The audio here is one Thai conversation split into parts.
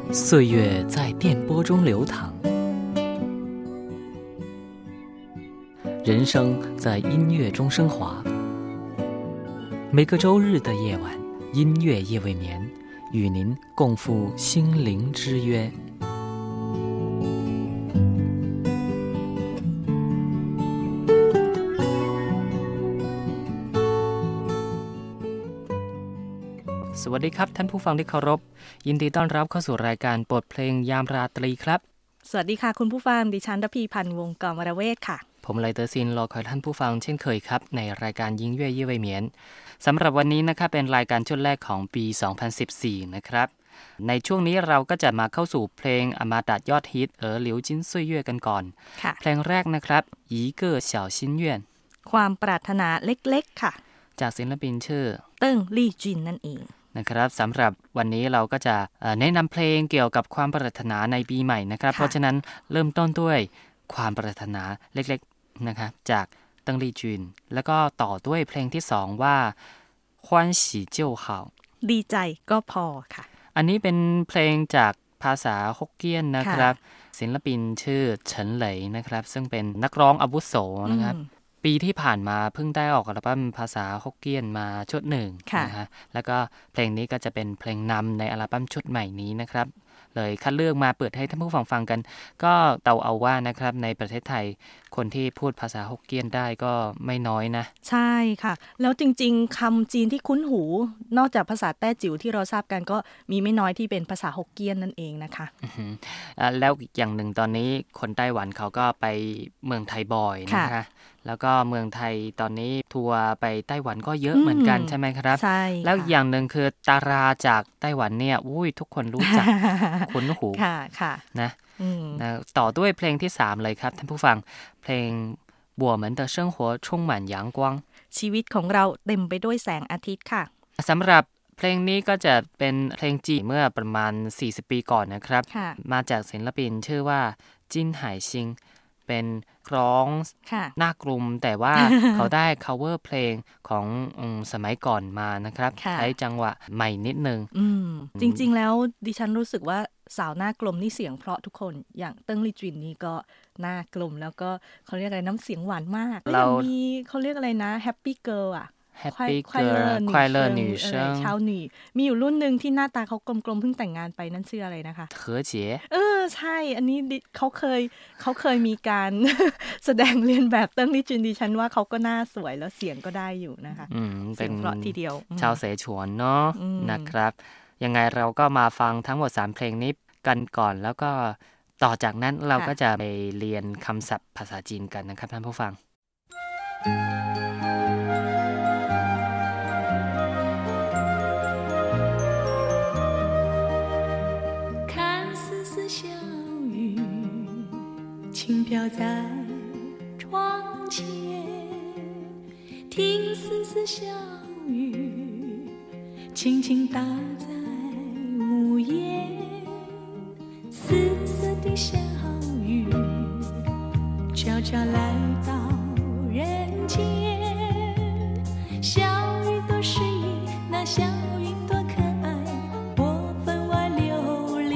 岁月在电波中流淌，人生在音乐中升华。每个周日的夜晚，音乐夜未眠，与您共赴心灵之约。สวัสดีครับท่านผู้ฟังที่เคารพยินดีต้อนรับเข้าสู่รายการบทเพลงยามราตรีครับสวัสดีค่ะคุณผู้ฟังดิฉันรพีพันธ์วงศ์กมรเวทค่ะผมไลเตอร์ซินรอคอยท่านผู้ฟังเช่นเคยครับในรายการยิงเย่เย่เว่ยเหมียนสำหรับวันนี้นะครับเป็นรายการชุดแรกของปี 2014 นะครับในช่วงนี้เราก็จะมาเข้าสู่เพลงอมตะยอดฮิตหลิวจิ้นซุยเย่กันก่อนเพลงแรกนะครับ一个小心愿ความปรารถนาเล็กๆค่ะจากศิลปินชื่อเติ้งลี่จินนั่นเองนะครับสำหรับวันนี้เราก็จะแนะนำเพลงเกี่ยวกับความปรารถนาในปีใหม่นะครับเพราะฉะนั้นเริ่มต้นด้วยความปรารถนาเล็กๆนะครับจากเติ้งลี่จินแล้วก็ต่อด้วยเพลงที่2ว่า欢喜就好ดีใจก็พอค่ะอันนี้เป็นเพลงจากภาษาฮกเกี้ยนนะครับศิลปินชื่อเฉินเหลยนะครับซึ่งเป็นนักร้องอาวุโสนะครับปีที่ผ่านมาเพิ่งได้ออกอัลบั้มภาษาฮกเกี้ยนมาชุดหนึ่งนะฮะแล้วก็เพลงนี้ก็จะเป็นเพลงนำในอัลบั้มชุดใหม่นี้นะครับเลยคัดเลือกมาเปิดให้ท่านผู้ฟังฟังกันก็เดาเอาว่านะครับในประเทศไทยคนที่พูดภาษาฮกเกี้ยนได้ก็ไม่น้อยนะใช่ค่ะแล้วจริงๆคำจีนที่คุ้นหูนอกจากภาษาแต้จิ๋วที่เราทราบกันก็มีไม่น้อยที่เป็นภาษาฮกเกี้ยนนั่นเองนะคะแล้วอีกอย่างหนึ่งตอนนี้คนไต้หวันเขาก็ไปเมืองไทยบ่อยนะคะแล้วก็เมืองไทยตอนนี้ทัวร์ไปไต้หวันก็เยอะเหมือนกันใช่ไหมครับใช่แล้วอย่างหนึ่งคือดาราจากไต้หวันเนี่ยทุกคนรู้จักคุ้นหูค่ะนะต่อด้วยเพลงที่3เลยครับท่านผู้ฟังเพลง我们的生活充满阳光ชีวิตของเราเต็มไปด้วยแสงอาทิตย์ค่ะสำหรับเพลงนี้ก็จะเป็นเพลงจีนเมื่อประมาณ40ปีก่อนนะครับมาจากศิลปินชื่อว่าจินไห่ซิงเป็นร้องหน้ากลุ่มแต่ว่า เขาได้ cover เพลงของสมัยก่อนมานะครับใช้จังหวะใหม่นิดนึงจริงๆแล้วดิฉันรู้สึกว่าสาวหน้ากลมนี่เสียงเพราะทุกคนอย่างเติ้งลี่จินนี่ก็หน้ากลมแล้วก็เขาเรียกอะไรน้ำเสียงหวานมากแล้วมีเขาเรียกอะไรนะ Happy Girl อ่ะ Happy Girl 快乐女生ชาวหนีมีอยู่รุ่นนึงที่หน้าตาเขากลมๆเพิ่งแต่งงานไปนั่นชื่ออะไรนะคะเถอเจ๋ใช่อันนี้เขาเคยมีการแสดงเรียนแบบเติ้งลี่จินดิฉันว่าเขาก็หน้าสวยแล้วเสียงก็ได้อยู่นะคะเป็นเพราะทีเดียวชาวเสฉวนเนาะนะครับยังไงเราก็มาฟังทั้งหมด3เพลงนี้กันก่อนแล้วก็ต่อจากนั้นเราก็จะไปเรียนคำศัพท์ภาษาจีนกันนะครับท่านผู้ฟัง轻飘在窗前，听丝丝小雨，轻轻打在屋檐。丝丝的小雨，悄悄来到人间。小雨多诗意，那小云多可爱，我分外留恋。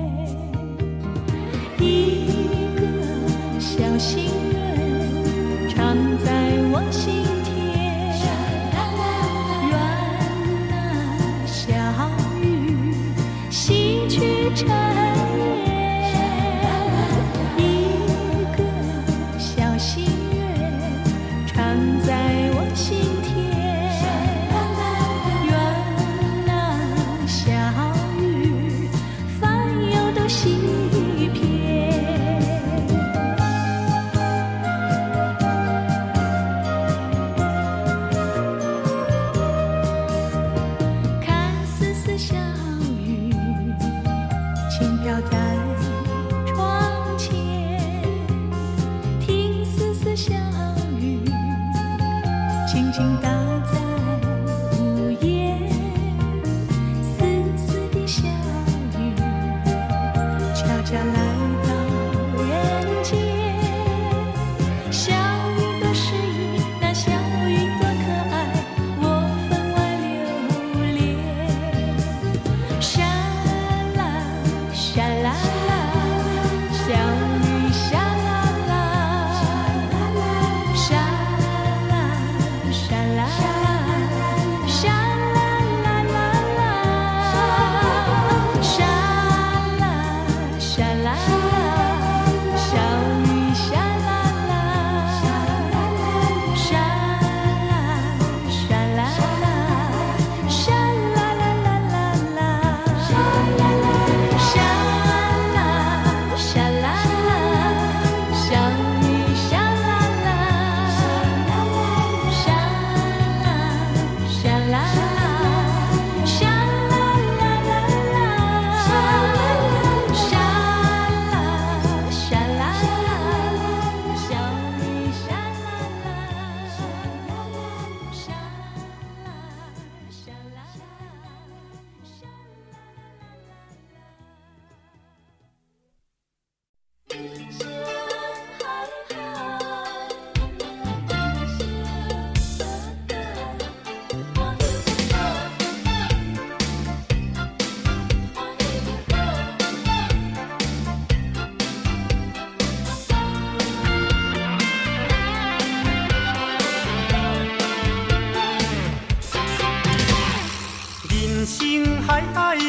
小心愿常在我心田，愿那小雨洗去尘缘。一个小心愿常在我心田，愿那小雨烦忧都洗撇。沙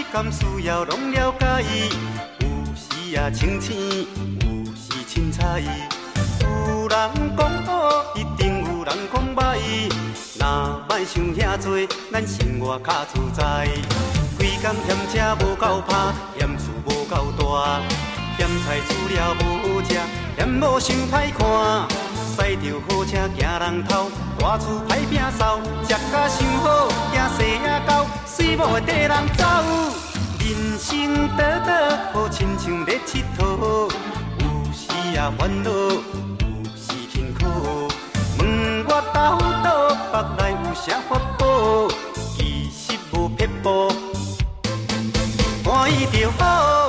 敢需要拢了解？有时也清醒，有时凊彩。有人讲好，一定有人讲歹。若莫想遐多，咱生活较自在。规工嫌车无够拍，嫌厝无够大，嫌菜煮了无食，嫌某想歹看。驶着好车行人头，大厝歹摒扫，食甲想好，惊细仔狗，水某会缀人走。人生短短，好亲像咧佚佗，有时也烦恼，有时辛苦。问我斗倒，北内有啥法宝？其实无撇步，欢喜就好。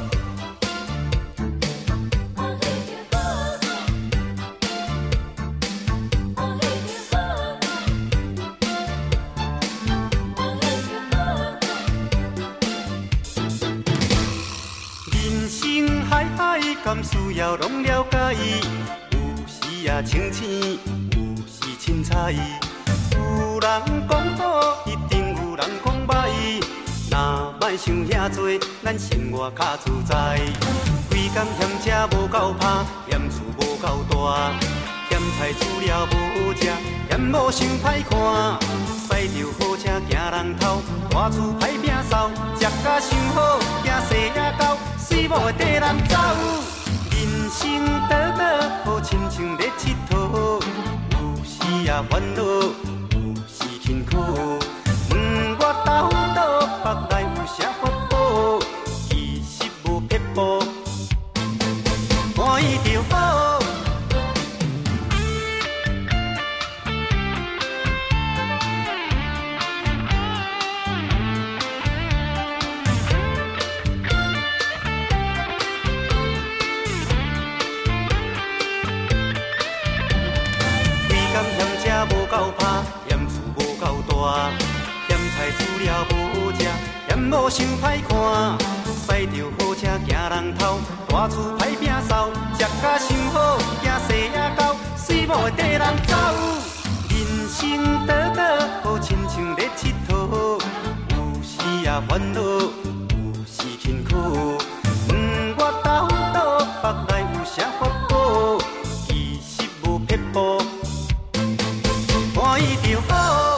敢需要拢了解？有时也清醒，有时凊彩。有人讲好，一定有人讲歹。若莫想遐多，咱生活较自在。规工嫌车无够拍，嫌厝无够大，嫌菜煮了无食，嫌某想歹看。驶着好车行人头，大厝歹摒扫，食甲想好，惊细仔狗，水某会缀人走。人生短短，好亲像咧佚佗，有时也烦恼，有时辛苦。问我斗倒，北内有啥法宝？其实无撇步，欢喜就好。无够拍，嫌厝无够大，嫌菜煮了无食，嫌某想歹看。驶着好车行人头，大厝歹摒扫，食甲想好，惊细仔狗，水某会缀人走。人生短短，好亲像咧佚佗，有时也烦恼，有时辛苦。问我斗倒，北内有啥法宝？其实无撇步。欢喜就好。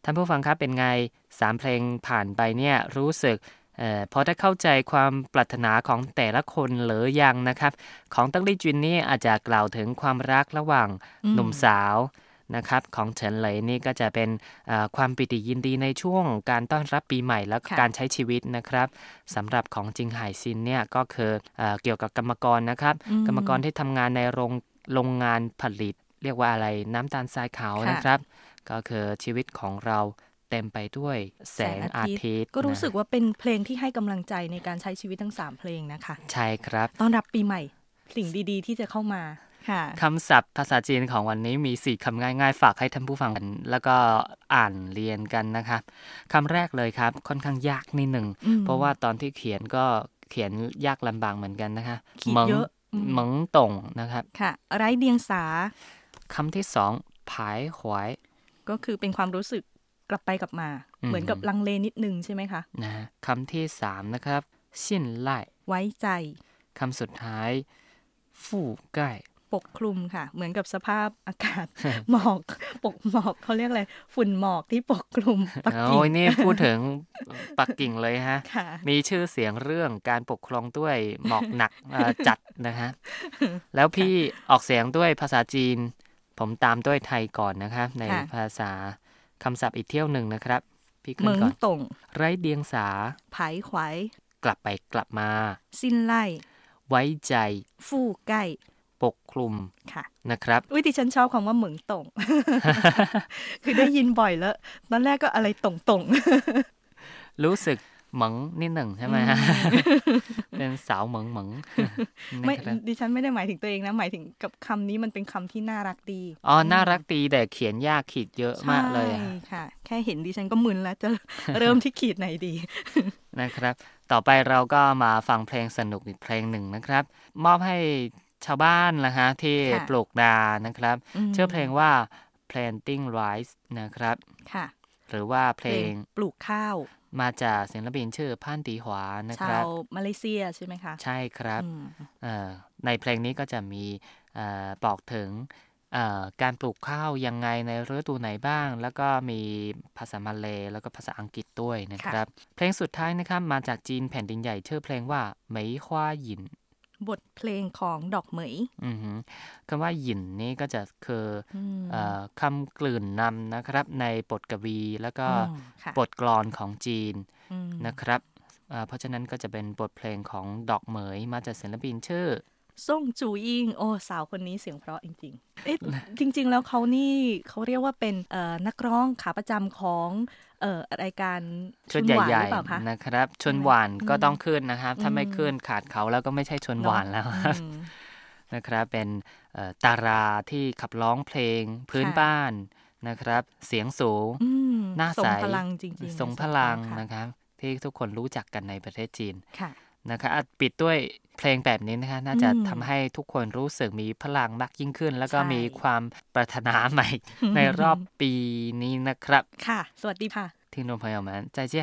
ท่านผู้ฟังครับเป็นไง3เพลงผ่านไปเนี่ยรู้สึกพอได้เข้าใจความปรารถนาของแต่ละคนหรือยังนะครับของตั้งลี่จุนนี่อาจจะกล่าวถึงความรักระหว่างหนุ่มสาวนะครับของเฉินเหลยนี่ก็จะเป็นความปิติยินดีในช่วงการต้อนรับปีใหม่และการใช้ชีวิตนะครับสำหรับของจิงไห่ซินเนี่ยก็คือเกี่ยวกับกรรมกรนะครับกรรมกรที่ทำงานในโรงงานผลิตเรียกว่าอะไรน้ำตาลทรายขาวนะครับก็คือชีวิตของเราเต็มไปด้วยแสงอาทิตย์ก็รู้สึกว่าเป็นเพลงที่ให้กำลังใจในการใช้ชีวิตทั้ง3เพลงนะคะใช่ครับต้อนรับปีใหม่สิ่งดีๆที่จะเข้ามาคำศัพท์ภาษาจีนของวันนี้มี4คำง่ายๆฝากให้ท่านผู้ฟังแล้วก็อ่านเรียนกันนะครับคำแรกเลยครับค่อนข้างยากนิดหนึ่งเพราะว่าตอนที่เขียนก็เขียนยากลำบากเหมือนกันนะคะเหมิงตงนะครับค่ะไร้เดียงสาคำที่2ผายหวายก็คือเป็นความรู้สึกกลับไปกลับมาเหมือนกับลังเลนิดนึงใช่ไหมคะนะคำที่3นะครับสิ้นไล่ไว้ใจคำสุดท้ายฟู่ใกล้ปกคลุมค่ะเหมือนกับสภาพอากาศ หมอกปกหมอกเขาเรียกอะไรฝุ่นหมอกที่ปกคลุมปักกิ่งโอ้ยนี่พูดถึงปักกิ่งเลยฮะมีชื่อเสียงเรื่องการปกครองด้วยหมอกหนักจัดนะฮะแล้วพี่ออกเสียงด้วยภาษาจีนผมตามด้วยไทยก่อนนะครับในภาษาคำศัพท์อีกเที่ยวหนึ่งนะครับพี่ขึ้นก่อนตงไร้เดียงสาไผ่ขวายกลับไปกลับมาสิ้นไล่ไว้ใจฟู่ใกล้ปกคลุมค่ะนะครับที่ฉันชอบคำว่าเหมืองตง คือได้ยินบ่อยแล้วตอนแรกก็อะไรตงรู้สึกเหมิงนิดหนึ่งใช่ไหมฮะเป็นสาวเหมิงไม่ดิฉันไม่ได้หมายถึงตัวเองนะหมายถึงกับคำนี้มันเป็นคำที่น่ารักดีน่ารักดีแต่เขียนยากขีดเยอะมากเลยใช่ค่ะแค่เห็นดิฉันก็มึนแล้วจะเริ่มที่ขีดไหนดีนะครับต่อไปเราก็มาฟังเพลงสนุกอีกเพลงหนึ่งนะครับมอบให้ชาวบ้านนะฮะที่ปลูกนานะครับชื่อเพลงว่า Planting Rice นะครับค่ะหรือว่าเพลงปลูกข้าวมาจากศิลปินชื่อพันตีหวานะครับชาวมาเลเซียใช่ไหมคะใช่ครับในเพลงนี้ก็จะมีบอกถึงการปลูกข้าวยังไงในฤดูไหนบ้างแล้วก็มีภาษามาเลย์แล้วก็ภาษาอังกฤษด้วยนะครับเพลงสุดท้ายนะครับมาจากจีนแผ่นดินใหญ่ชื่อเพลงว่าเหมยฮวาหยินบทเพลงของดอกเหมยคำว่าหยินนี่ก็จะคือคำกลื่นนำนะครับในบทกวีแล้วก็บทกลอนของจีนนะครับเพราะฉะนั้นก็จะเป็นบทเพลงของดอกเหมยมาจากศิลปินชื่อซ่งจูอิงสาวคนนี้เสียงเพราะจริงๆจริงๆแล้วเขานี่เขาเรียกว่าเป็นนักร้องขาประจำของรายการชวนหวานหรือเปล่าคะนะครับชวนหวานก็ต้องขึ้นนะครับถ้าไม่ขึ้นขาดเขาแล้วก็ไม่ใช่ชวนหวานแล้วนะครับเป็นตาราที่ขับร้องเพลงพื้นบ้านนะครับเสียงสูงหน้าใสทรงพลังจริงๆทรงพลังนะครับที่ทุกคนรู้จักกันในประเทศจีนนะคะปิดด้วยเพลงแบบนี้นะคะน่าจะทำให้ทุกคนรู้สึกมีพลังมากยิ่งขึ้นแล้วก็มีความปรารถนาใหม่ในรอบปีนี้นะครับค่ะสวัสดีค่ะ听众朋友们再见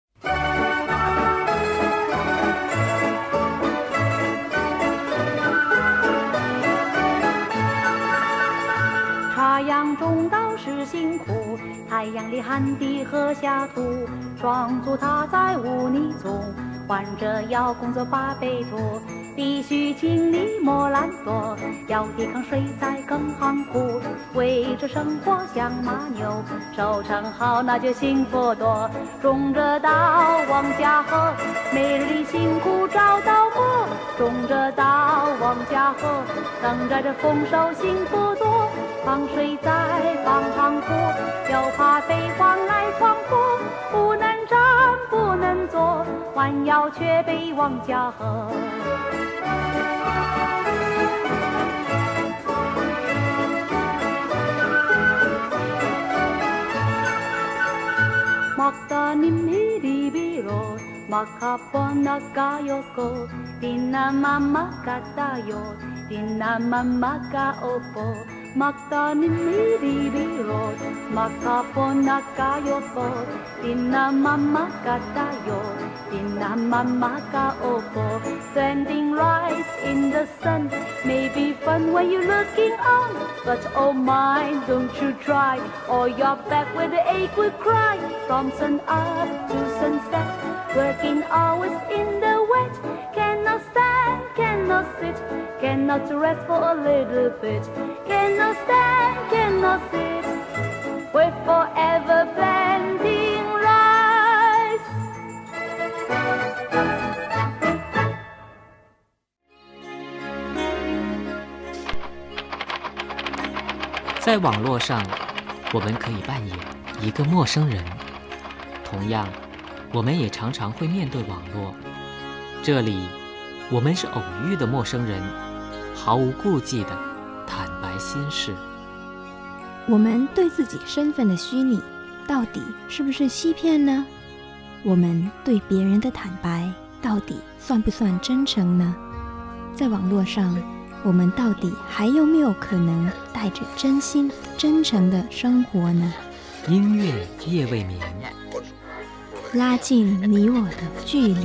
插秧种稻是辛苦，太阳里汗滴禾下土，双足踏在污泥中，弯着腰工作把背驮，必须尽力莫懒惰，要抵抗水灾更夯苦，为着生活像马牛，收成好那就幸福多，种着稻往家禾，每日里辛苦找到磨，种着稻往家禾，等待着丰收幸福多，防水灾防夯土，又怕肥荒来闯祸，不能站不能坐，弯腰却背往家禾。Maka nimhiri biro, maka ponaka yoko, Dina mama kata yo, Dina mama ka opo, Magdanin mirirot, makapon Tina mama katayo, tina mama kaopo. Standing rice in the sun may be fun when you're looking on, but oh my, don't you try, or your back where the ache will cry. From sun up to sunset, working hours in the wet. Cannot stand, cannot sit, cannot rest for a little bit. Cannot stand, cannot sit, we're forever planting rice. 在网络上，我们可以扮演一个陌生人，同样，我们也常常会面对网络。这里，我们是偶遇的陌生人，毫无顾忌地坦白心事。 我们对自己身份的虚拟，到底是不是欺骗呢？我们对别人的坦白，到底算不算真诚呢？在网络上，我们到底还有没有可能带着真心、真诚的生活呢？ 音乐夜未眠， 拉近你我的距离。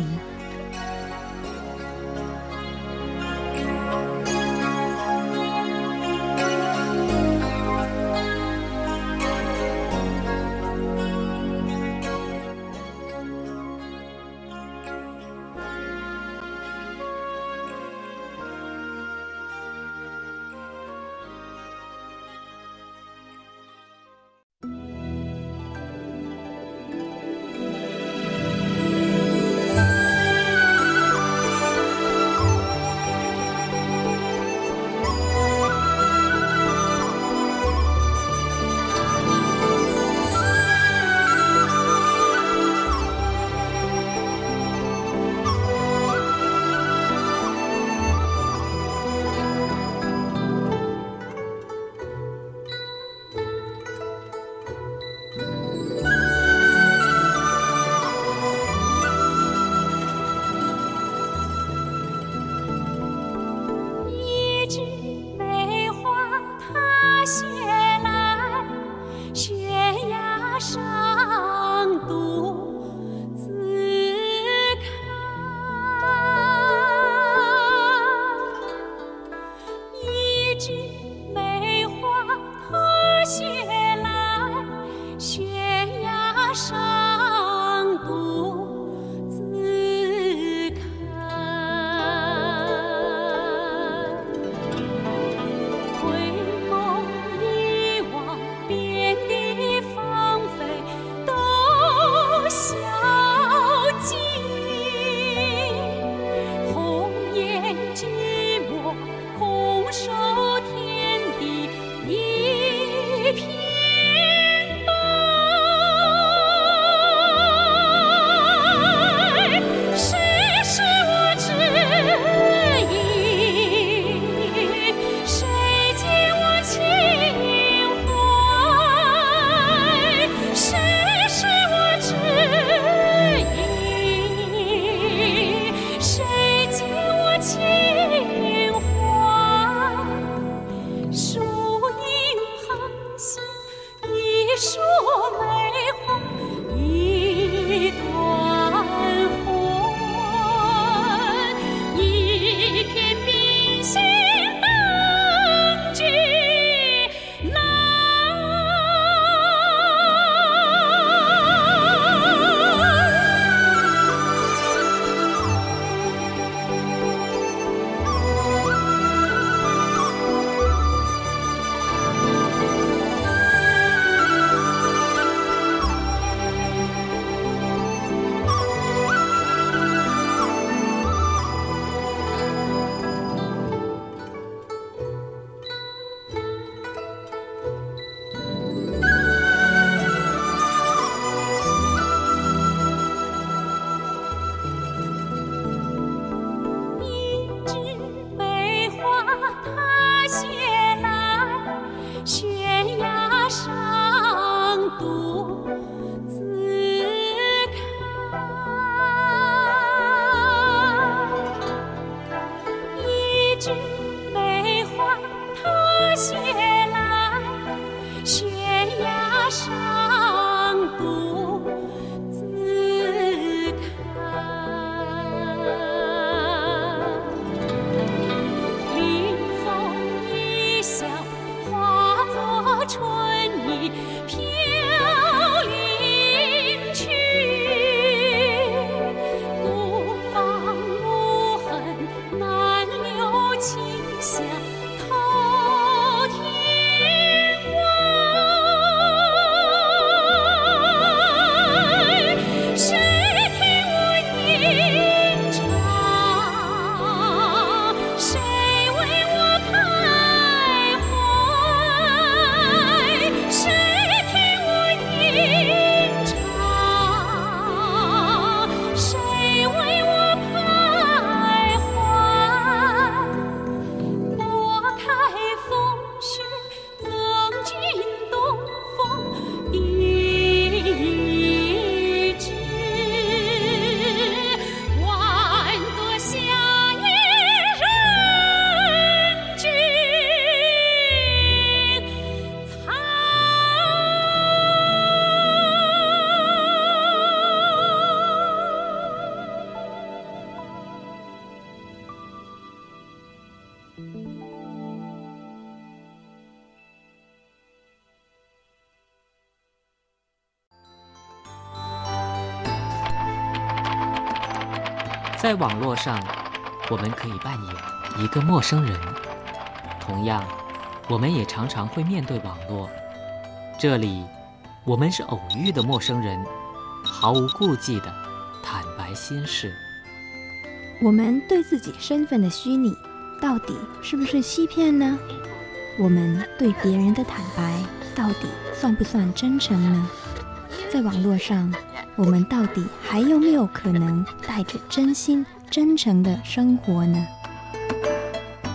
在网络上，我们可以扮演一个陌生人，同样，我们也常常会面对网络。这里，我们是偶遇的陌生人，毫无顾忌地坦白心事。 我们对自己身份的虚拟，到底是不是欺骗呢？我们对别人的坦白，到底算不算真诚呢？在网络上，我们到底还有没有可能带着真心、真诚的生活呢？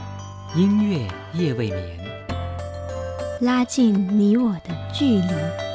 音乐夜未眠， 拉近你我的距离。